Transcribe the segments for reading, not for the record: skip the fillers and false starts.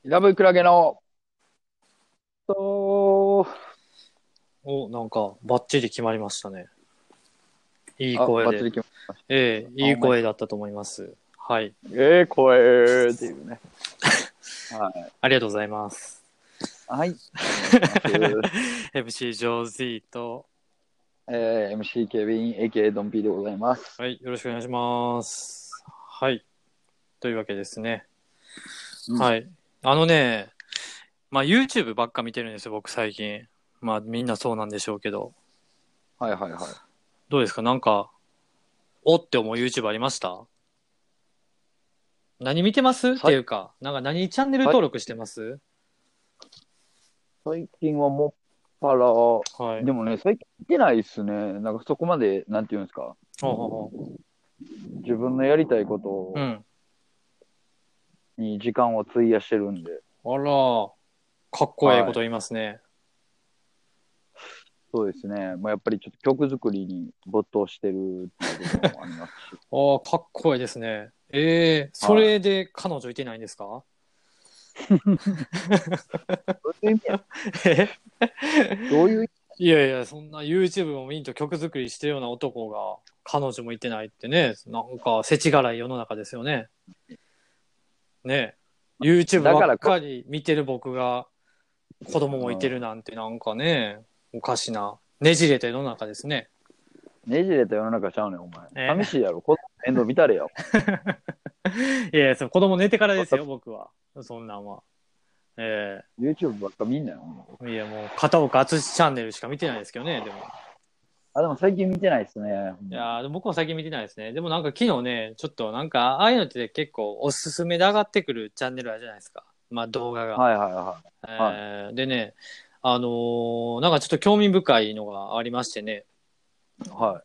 ラブクラゲの、と、 お、なんか、バッチリ決まりましたね。いいあ、 声で。 バッチリ決まりましええ、 た。あ、 いいほんまに。 声だったと思います。はい。 声っていうね。はい。 ありがとうございます。 はい。お願いします。 MC ジョーズイーと、 MC ケビン、AK ドンピーでございます。 はい、よろしくお願いします。はい。というわけですね。 うん。 はい。あのね、まあ YouTube ばっか見てるんですよ、僕最近。まあみんなそうなんでしょうけど。 はいはいはい。 どうですかなんか、おって思う YouTube ありました？何見てますってさい、 いうか、なんか何チャンネルさい、 登録してます？ 最近はもっぱら、 はい。 でもね、最近見てないっすね。なんかそこまで、なんていうんですか。 ほうほうほ自分のやりたいこう。うとん。 に時間を費やしてるんで。 あら、かっこええことはい。 言いますね。 そうですね。まあ、やっぱりちょっと曲作りに没頭してるっていうところもありますし。 ああ、かっこええですね。ええ、そはれで彼女いてないんですか？ い。どういう意味や。 えどういう意いやいや、そんな YouTube も見んと曲作りしてるような男が彼女もいてないってね、なんか世知辛い世の中ですよね。ね。 味。 YouTube ばっだからかり見てる僕が子供もいてるうん、 なんてなんかね、おかしな、ねじれた世の中ですね。 ねじれた世の中ちゃうねん、お前。寂えしいやろ。子供面倒見たれよ。 いやいや、その子供寝てからですよ、僕は。そんなんは。え YouTube ばっか見んなよ。 いや、もう、片岡敦チャンネルしか見てないですけどね、でも。 あ、でも最近見てないっすね。ほんまに。 いや僕も最近見てないですね。でもなんか昨日ね、ちょっとなんか、ああいうのって結構おすすめで上がってくるチャンネルあるじゃないですか。まあ動画が。 はいはいはい。はい。 でね、なんかちょっと興味深いのがありましてね、 は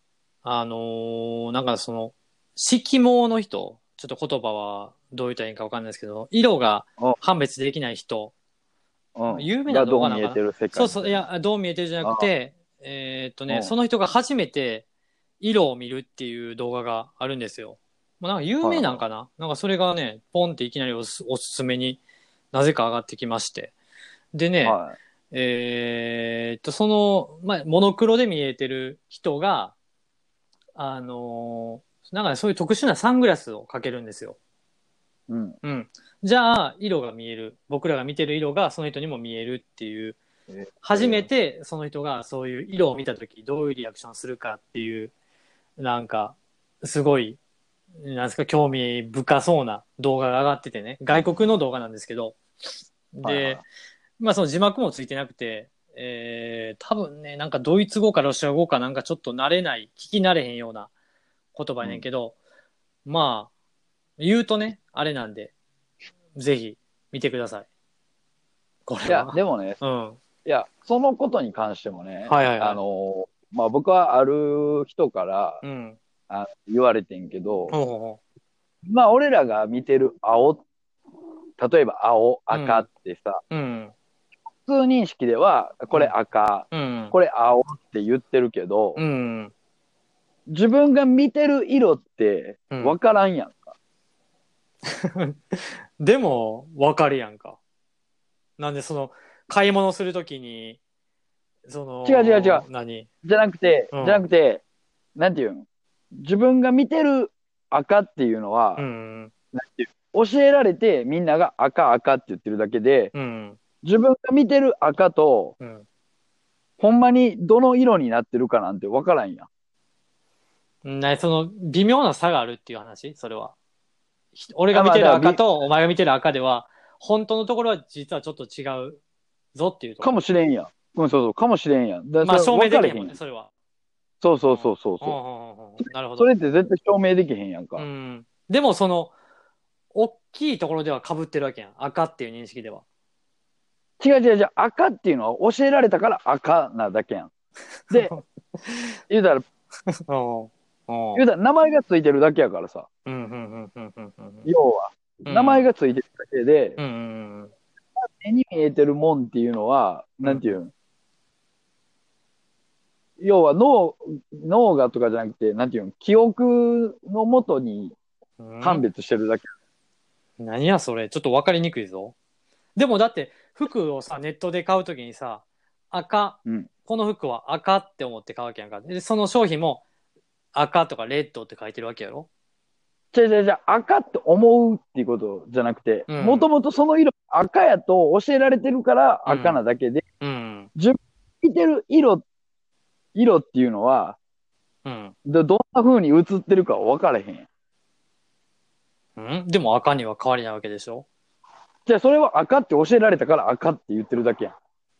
なんかその、色盲の人、ちょっと言葉はどう言ったらいいかわかんないですけど、色がい。 判別できない人、 うん。うん。 有名なが動画なんかな。 どう見えてる世そうそう、い界みたいな。 や、どう見えてるじゃなくあて、そうん。 の人が初めて色を見るっていう動画があるんですよ。まあ、なんか有名なんはいはかななんかそれがね、ポンっていきなりおすすめになぜか上がってきまして。でい。 ね、 はその、まあ、モノクロで見えてる人が、なんかねそういう特殊なサングラスをかけるんですよ。 い。うん。 うん。じゃあ、色が見える。僕らが見てる色がその人にも見えるっていうえ初めー、 てその人がそういう色を見た時どういうリアクションするかっていうなんかすごいなんですか興味深そうな動画が上がっててね外国の動画なんですけどではいはまあその字幕もついてなくて、多分ねなんかドイツ語かロシア語かなんかちょっと慣れない聞き慣れへんような言葉い。 やうん。 ねんけどまあ言うとねあれなんでぜひ見てくださいこいや、 れは。 でもね、 うんいや、そのことに関してもね、 はいはいはいまあ僕はある人からうん言われてんけど、 ほうほうほまあ俺らが見てる青、例えば青、赤っううんてさ、 うん普通認識ではこれうん赤、 うん。 これ青って言ってるけど、 うん。 自分が見てる色ってうん。 分からんやんか。 でも、わかるやんか。なんで、買い物するときに、 違う違う違う。 何じゃなうん。 くて、なんていうん自分が見てる赤っていうのは、 うん。 なんていう教えられてみんなが赤赤って言ってるだけで、 うん。 自分が見てる赤と、 うん。 ほんまにどの色になってるかなんて分からんやん。 微妙な差があるっていう話それは。俺があ、まあ、 見てるだから赤と、お前が見てる赤では、本当のところは実はちょっと違うぞっていうとかもころ。 しれんやん。うん、そうそう、かもしれんやん。だからまあ、 それ証明分かれへんやん。 できへんもんね、それは。 そううん。うん。 そうそうそううそう。 ん。うんなるほど。 それって絶対証明できへんやんか。 うん。でも、大きいところでは被ってるわけやん。赤っていう認識では。 違う違う違う。赤っていうのは教えられたから赤なだけやん。で、言うたら、 うん。うん。 言うたら名前がついてるだけやからさ。 うん、うん、うん、うん、うん、 要は。名前うん、 がついてるだけで、 うん、 目に見えてるもんっていうのは、 うん、 なんていうん要は脳がとかじゃなくて、なんていうの記憶のもとにうん。 判別してるだけ。 何やそれ。ちょっとわかりにくいぞ。 でもだって服をさ、ネットで買うときにさ、赤、 うん。 この服は赤って思って買うわけやんか。で、その商品も赤とかレッドって書いてるわけやろ。 じゃ赤って思うっていうことじゃなくて、 うん。 もともとその色赤やと教えられてるから赤なうん。 だけで、 うん。 自分が見てる色っていうのは、 うん。 どんな風に映ってるか分からへんやん。 うん。でも赤には変わりないわけでしょ。 じゃあそれは赤って教えられたから赤って言ってるだけやん。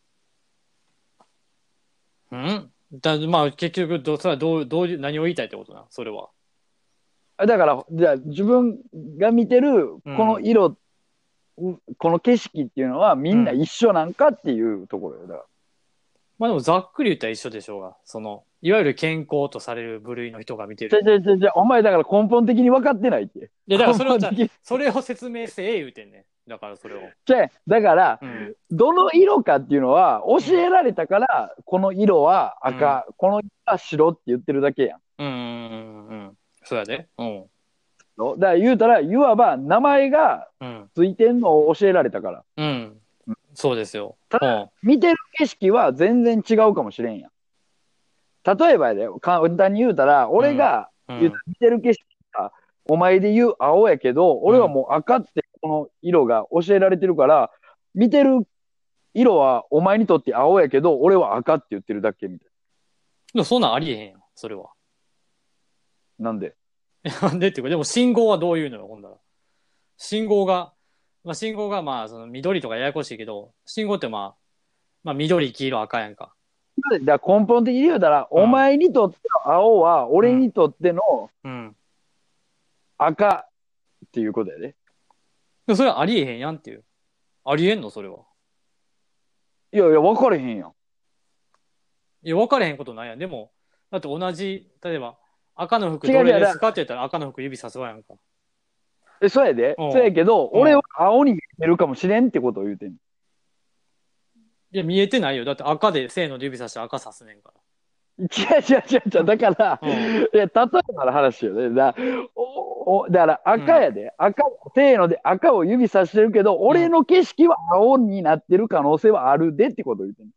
うんまあ結局それはどういう、何を言いたいってことな、それは。 だから、じゃあ自分が見てるこのうん。 色、この景色っていうのはみんなうん。 一緒なんかっていうところよ。だかまあでもざっくり言ったら一緒でしょうが。いわゆる健康とされる部類の人が見てら。 る。 お前だから根本的に分かってないって。 で、だから根本的に。 それを説明せえ言うてんねん。だからそれを。 だから、 うん。 どの色かっていうのは教うん。 えられたから、この色はうん。 赤、この色は白って言ってるだけやん。 うん。うん。うん。そうやで。うん。 だから言うたら、いわば名前がうん。 ついてんのを教えられたから。 うん。そうですよ。 ただ、 うん。 見てる景色は全然違うかもしれんやん。例えばやで、簡単に言うたら、 うん。 俺がうん。 見てる景色が、お前で言う青やけど、俺はうん。 もう赤ってこの色が教えられてるから、見てる色はお前にとって青やけど、俺は赤って言ってるだけみたいでもそんなんありえへんやん。それは。 な。なんでなんでっていうか、でも信号はどういうのよ、ほんなら。信号が、信号が緑とかややこしいけど、信号って緑、黄色、赤やんか。 だから根本的に言うたら、おうん。 前にとっての青は、 うん。 俺にとってのうん。 赤っていうことやで。 でもそれはありえへんやんっていう。ありえんのそれは。 いやいや、分かれへんやん。 いや、分かれへんことないやん。でも、だって同じ、例えば、赤の服違う違う、 どれですかって言ったら赤の服指さすわやんか。 そうやで。そううん。 やけど、俺はうん。 青に見えるかもしれんってことを言うてんの。 いや、見えてないよ。だって赤で、せーので指さして赤さすねんか違う。だから、 ら。うん。 例えばの話よね。だからうん。 赤やで。せーので赤を指さしてるけど、 うん。 俺の景色は青になってる可能性はあるでってことを言ってんの。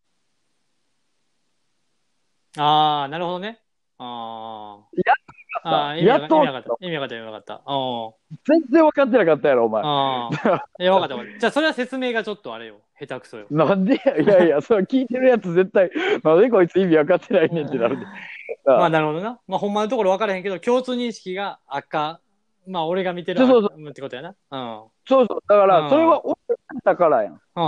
あー、なるほどね。あー。 やっあー、 やっと、 意味わかった、意味わかった。うん。 全然分かってなかったやろ、お前。 ああ。いや、わかったわかった。じゃあ、それは説明がちょっとあれよ。下手くそよ。 なんでや、それ聞いてるやつ絶対、なんでこいつ意味分かってないねんってなるで。 まあ、 ああなるほどな。まあ、ほんまのところ分からへんけど、共通認識が赤。まあ、俺が見てる赤そうそうってことやな。うん。うん。 そうそう。だかうら、それはん。 俺だからやん。 うん。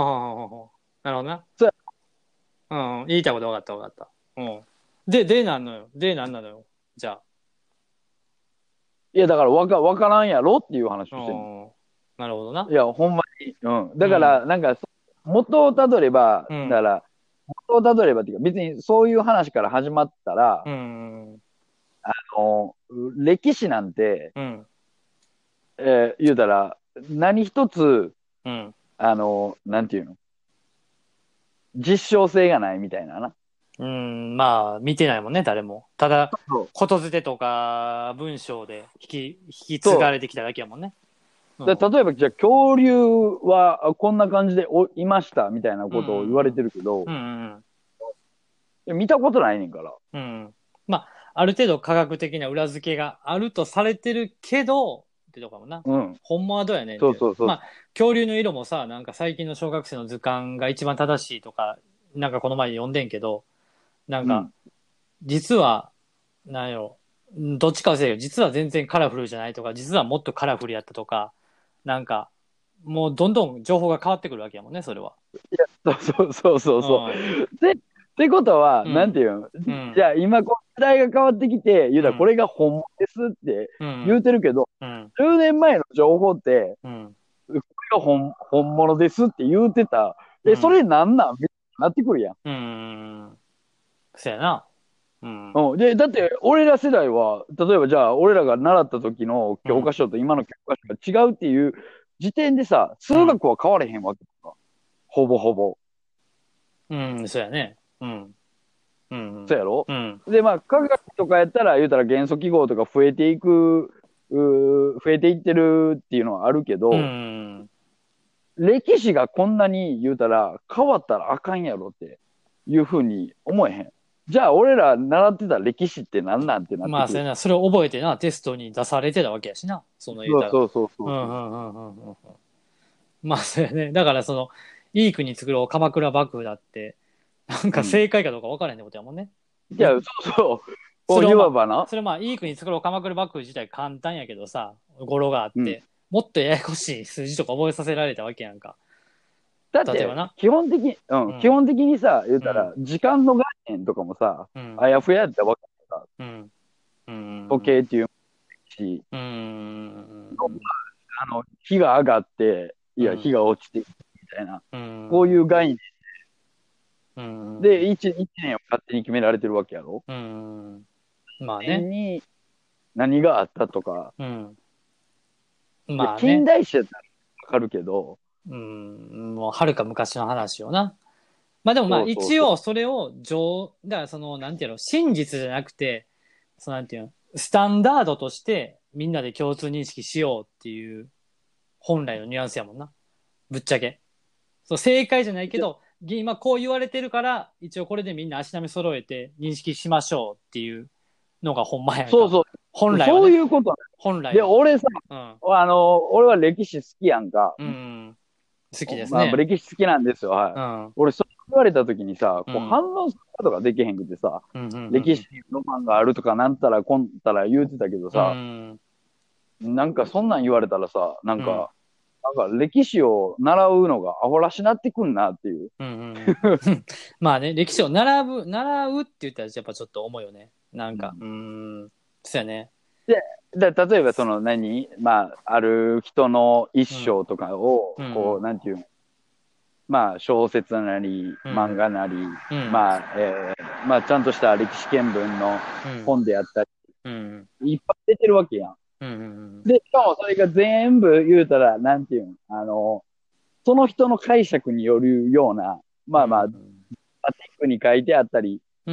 なるほどな。 そうやうん。言いたいこと分かった分かった。うん。で、なんのよ。で、なんなのよ。じゃいや、だから分からんやろっていう話あ。 をしてんの。 うん。なるほどな。 いや、ほんまに。うん。だから、 うん。 なんか、元をたどれば、 うん。 だから、元をたどればっていうか、別にそういう話から始まったら、 うん。 あの、歴史なんて、 うん。 言うたら、何一つ、 うん。 なんていうの、実証性がないみたいなな。 うん。まあ、見てないもんね、誰も。ただ、 そう。 ことづてとか文章で引き継がそれてきただけやもんね。うう。 ん。 例えば、じゃあ、恐竜はこんな感じでいましたみたいなうんことを言われてるけど、 うんうん。 いや見たことないねんから。 うんうん。まあ、ある程度科学的な裏付けがあるとされてるけど、ってとこかもな。 うん。 ほんまはどうやねんっていう。 そうそうそう。 まあ、恐竜の色もさ、なんか最近の小学生の図鑑が一番正しいとか、なんかこの前読んでんけど、なんか、 うん。 実は、なんやろ、どっちか忘れるよ。実は全然カラフルじゃないとか、実はもっとカラフルやったとか、なんか、もうどんどん情報が変わってくるわけやもんね、それは。 そうそう。 うん。 ってことは、 うん。 なんていうの、 うん。 じゃあ今こう時代が変わってきて、言うたらこうん。 れが本物ですって言ううん。 てるけど、 うん。 10年前の情報って、 うん。 これが本物ですって言うてた。そうん。 れなんなんみたいになってくるやん。 うん。そやな。うん。 うん。だって俺ら世代は、例えばじゃあ俺らが習った時のうん。 教科書と今の教科書が違うっていう時点でさ、数うん。 学は変われへんわけか。ほぼほぼ。 うん。そやね。うん。うん。 そうやろ。 うん。 で、まあ、科学とかやったら、言うたら元素記号とか増えていってるっていうのはあるけうど、 ん。 歴史がこんなに言うたら変わったらあかんやろっていうふうに思えへん。じゃあ俺ら習ってた歴史って何なんてなってまあ、 くる。 そうやな。それを覚えてな、テストに出されてたわけやしな。その言うたら。 そうそうそうそう。 うんうんうんうんうん。まあ、そうやね。だからその、いい国作ろう鎌倉幕府だって、なんか正解かどうか分からへんってことやもんね。 じゃあ、そうそう。こうそれをまあ、 いわばな。 それまあ、いい国作ろう鎌倉幕府自体簡単やけどさ、語呂があっうん。 て、もっとややこしい数字とか覚えさせられたわけやんか。 だって、 例えばな。 基本的にさ、言うたら、 うん。 時間の概念とかもさ、 うん。 あやふややったら分かるさ、 うん。うん。 時計っていうし、 うん。 日が上がって、いや、 うん。 日が落ちて、みたいな、 うん。 こういう概念うん。 で、一年を勝手に決められてるわけやろ。 うん。まあね。 年に何があったとか、 うん。 いや、 まあね。 近代史やったら分かるけど、 うん。もう、はるか昔の話よな。まあでもまあそうそうそう。 一応それをだからその、なんていうの、真実じゃなくて、そのなんていうの、スタンダードとしてみんなで共通認識しようっていう本来のニュアンスやもんな。ぶっちゃけ。そう、正解じゃないけど、今こう言われてるから、一応これでみんな足並み揃えて認識しましょうっていうのがほんまやんか。 そうそう。 本来はね。 そういうことね。で、 本来は。 俺さ、 うん。 俺は歴史好きやんか。 うん。好きですまあ、 ね。 歴史好きなんですよ。はい。 うん。 俺、そう言われた時にさ、こううん。 反応することができへんくてさ、 うん。うん。 歴史ロマンがあるとかなんたらこんたら言うてたけどうん。うさ、 ん。 なんかそんなん言われたらさ、 うん。 なんか歴史を習うのがアホらしなってくんなっていう。 うん。まあね、歴史を習うって言ったらやっぱちょっと重いよね。なんか、そうやね。 で、例えばそのまあ、ある人の一生とかを、 うん。 こう、なんていうの、まあ、小説なり、 うん。 漫画なり、 うん。 まあ、まあ、ちゃんとした歴史見聞の本であったり、 うん。 いっぱい出てるわけやん。 うん。 で、しかもそれが全部言うたら、なんていうの、その人の解釈によるような、まあまあ、テックに書いてあったりうん。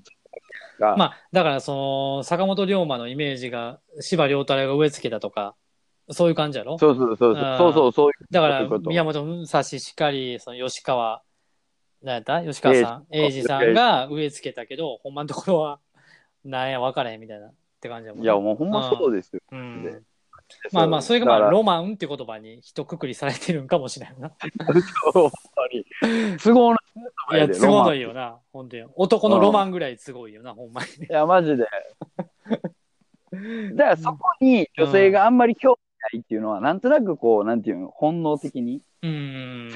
まが、 あ、だからその、坂本龍馬のイメージが、司馬遼太郎が植え付けたとか、そういう感じやろ。 そうそうそうそう、そうそう、そうだから、 いうこと。 宮本武蔵しかり、その吉川、何やった吉川えさん、英二さんが植え付けたけど、ほんまのところは、なんや、分からへんみたいなって感じやもんいや、 な。 もうほんまそうですよ。 うん。うで、 ん。まあまあ、それがまあ、 だから、 ロマンって言葉に一括りされてるんかもしれんな。 ほんまに、都合のいや、 いいで、 都合ロマン。 のいいよな、本当に。男のロマうん。 ンぐらい都合いいよな、ほんまにね。 いや、マジで。だからそこに女性うん。 があんまり興味ないっていうのは、なんとなくこう、なんていうの、本能的に、 うん。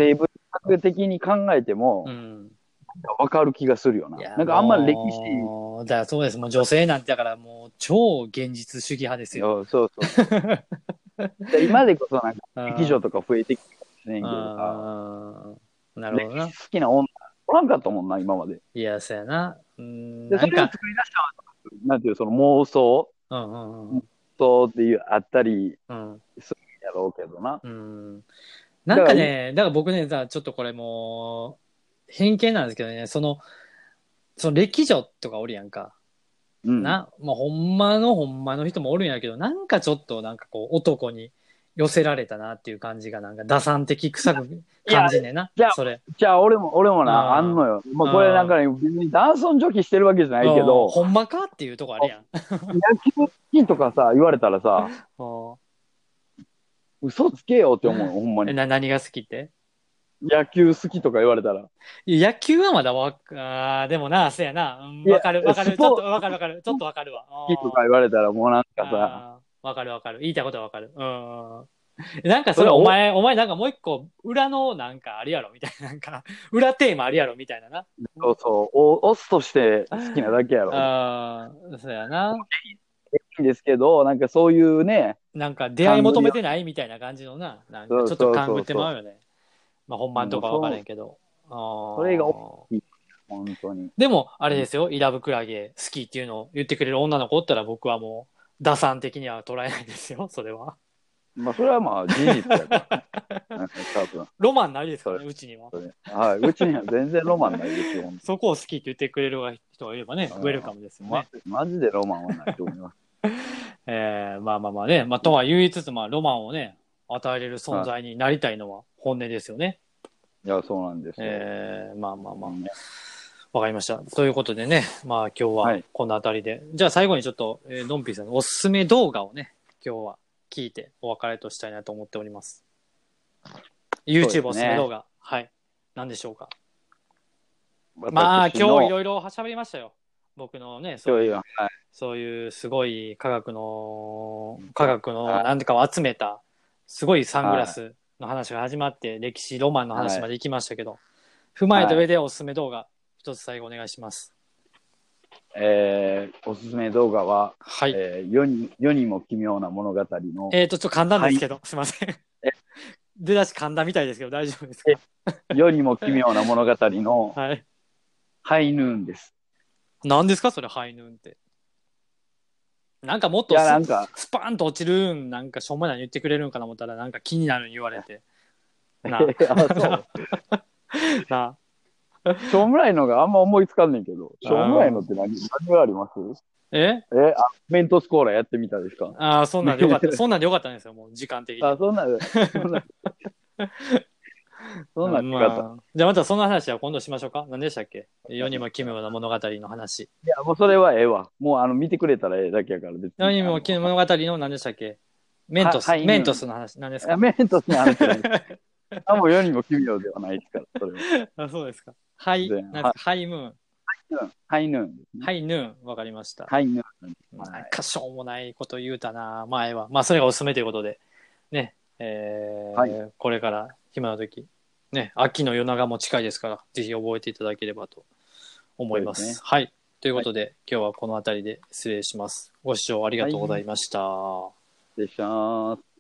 生物学的に考えても、 うん。 わかる気がするよな。 いや、 なんかあんまり歴史、 もう、だからそうです。もう女性なんてだからもう超現実主義派ですよ。 そうそう。で今でこそなんか、 うん。 劇場とか増えてきてるかもしれんうけどさ、 ん。なるほど歴な。 史好きな女、おらんかったもんな、今まで。 いや、そうやな。うん、 で、それをなんか、 作り出したのは、なんていう、その妄想、 うん。 妄想っていう、あったりうん。 するんやろうけどな。 うん。なだから、 んかね、だから僕ね、ちょっとこれもう、偏見なんですけどね、その歴女とかおるやんか。 うん。 まあ、ほんまの人もおるんやけど、なんかちょっとなんかこう男に寄せられたなっていう感じがなんか打算的臭くいや、 感じんねんな、 じゃあ、 それ。 俺もうん。 な、あんのよ。まあ、これなんうん。 かね、別に男尊女卑してるわけじゃないけど、 ほんまかっていうとこあるやん。 野球好きとかさ、言われたらさ、 うん嘘つけよって思うよ、ほんまに。 何が好きって？ 野球好きとか言われたら。 いや野球はまだでもな、そうやな。 いや、 わかる、わかる。ちょっとスポーツわかるわかる。ちょっとわかるわ。 好きとか言われたらもうなんかさ、 わかるわかる。言いたいことはわかる。うん。なんかそそれはれお前なんかもう一個裏のなんかあるやろみたいな、なんか裏テーマあるやろみたいなな。 そうそう、オスとして好きなだけやろ。 そうやな。 いいんですけど、なんかそういうね、 なんか出会い勘繰りを、 求めてないみたいな感じのな。なんかちょっとそうそう勘ぐってそうそまうよね。まあ本う。 番とかわからんけど。 それが大きい、本当に。 でも、あれですよ。イラブクラゲ好きっていうのを言ってくれる女の子おったら僕はもう、打算的には捉えないですよ。それは。 まあ、それはまあ事実やからね。多分。 ロマンないですかそれ、 らね、うちには。 それ。はい。うちには全然ロマンないですよ。 そこを好きって言ってくれる人がいればね、ウェルカムですよね。 マジでロマンはないと思います。 まあまあまあね、まあとは言いつつ、まあロマンをね、 与えれる存在になりたいのは本音ですよね。 いや、そうなんですよ。 まあまあまあ。 ねわかりました。ということでね、まあ今日ははいこのあたりで。じゃあ最後にちょっと、ドンピーさんのおすすめ動画をね、今日は聞いてお別れとしたいなと思っております。YouTube おすすめ動画。はい。何でしょうか。まあ今日いろいろ喋りましたよ。僕のね、そういうすごい科学の何てかを集めた、すごいサングラスの話が始まって、歴史ロマンの話まで行きましたけど、踏まえた上でおすすめ動画、一つ最後お願いします。 おすすめ動画は、 はい。 世にも奇妙な物語の。 ちょっと噛んだんですけど、すいません。出だし噛んだみたいですけど、大丈夫ですか？ 世にも奇妙な物語の、 はい。 ハイヌーンです。 何ですかそれ、ハイヌーンって。なんかもっとスパーンと落ちるん、なんかしょうもないの言ってくれるんかな思ったら、なんか気になるん言われて。なあ。 そうなしょうもないのがあんま思いつかんねんけど、しょうもないのって何があります？メントスコーラやってみたですか？ ああ、そんなんでよかった。そんなんでよかったんですよ、もう時間的に。 あ、そんなんでまあ、じゃあまたその話は今度しましょうか。何でしたっけ？世にも奇妙な物語の話。 いや、もうそれはええわ。もう見てくれたらええだけやから別に。 世にも奇妙な物語の何でしたっけ？メントスの話。何ですか？ メントスの話じゃない。もう世にも奇妙ではないですから、それは。 あ、そうですか。ハイムーン。 ハイヌーン。 ハイヌーン、わかりました。 ハイヌーン。 なんかしょうもないこと言うたな、前は。まあ、それがおすすめということで、ね、これから暇な時、ね、秋の夜長も近いですから、ぜひ覚えていただければと思います。はい。ということで、今日はこの辺りで失礼します。ご視聴ありがとうございました。 失礼します。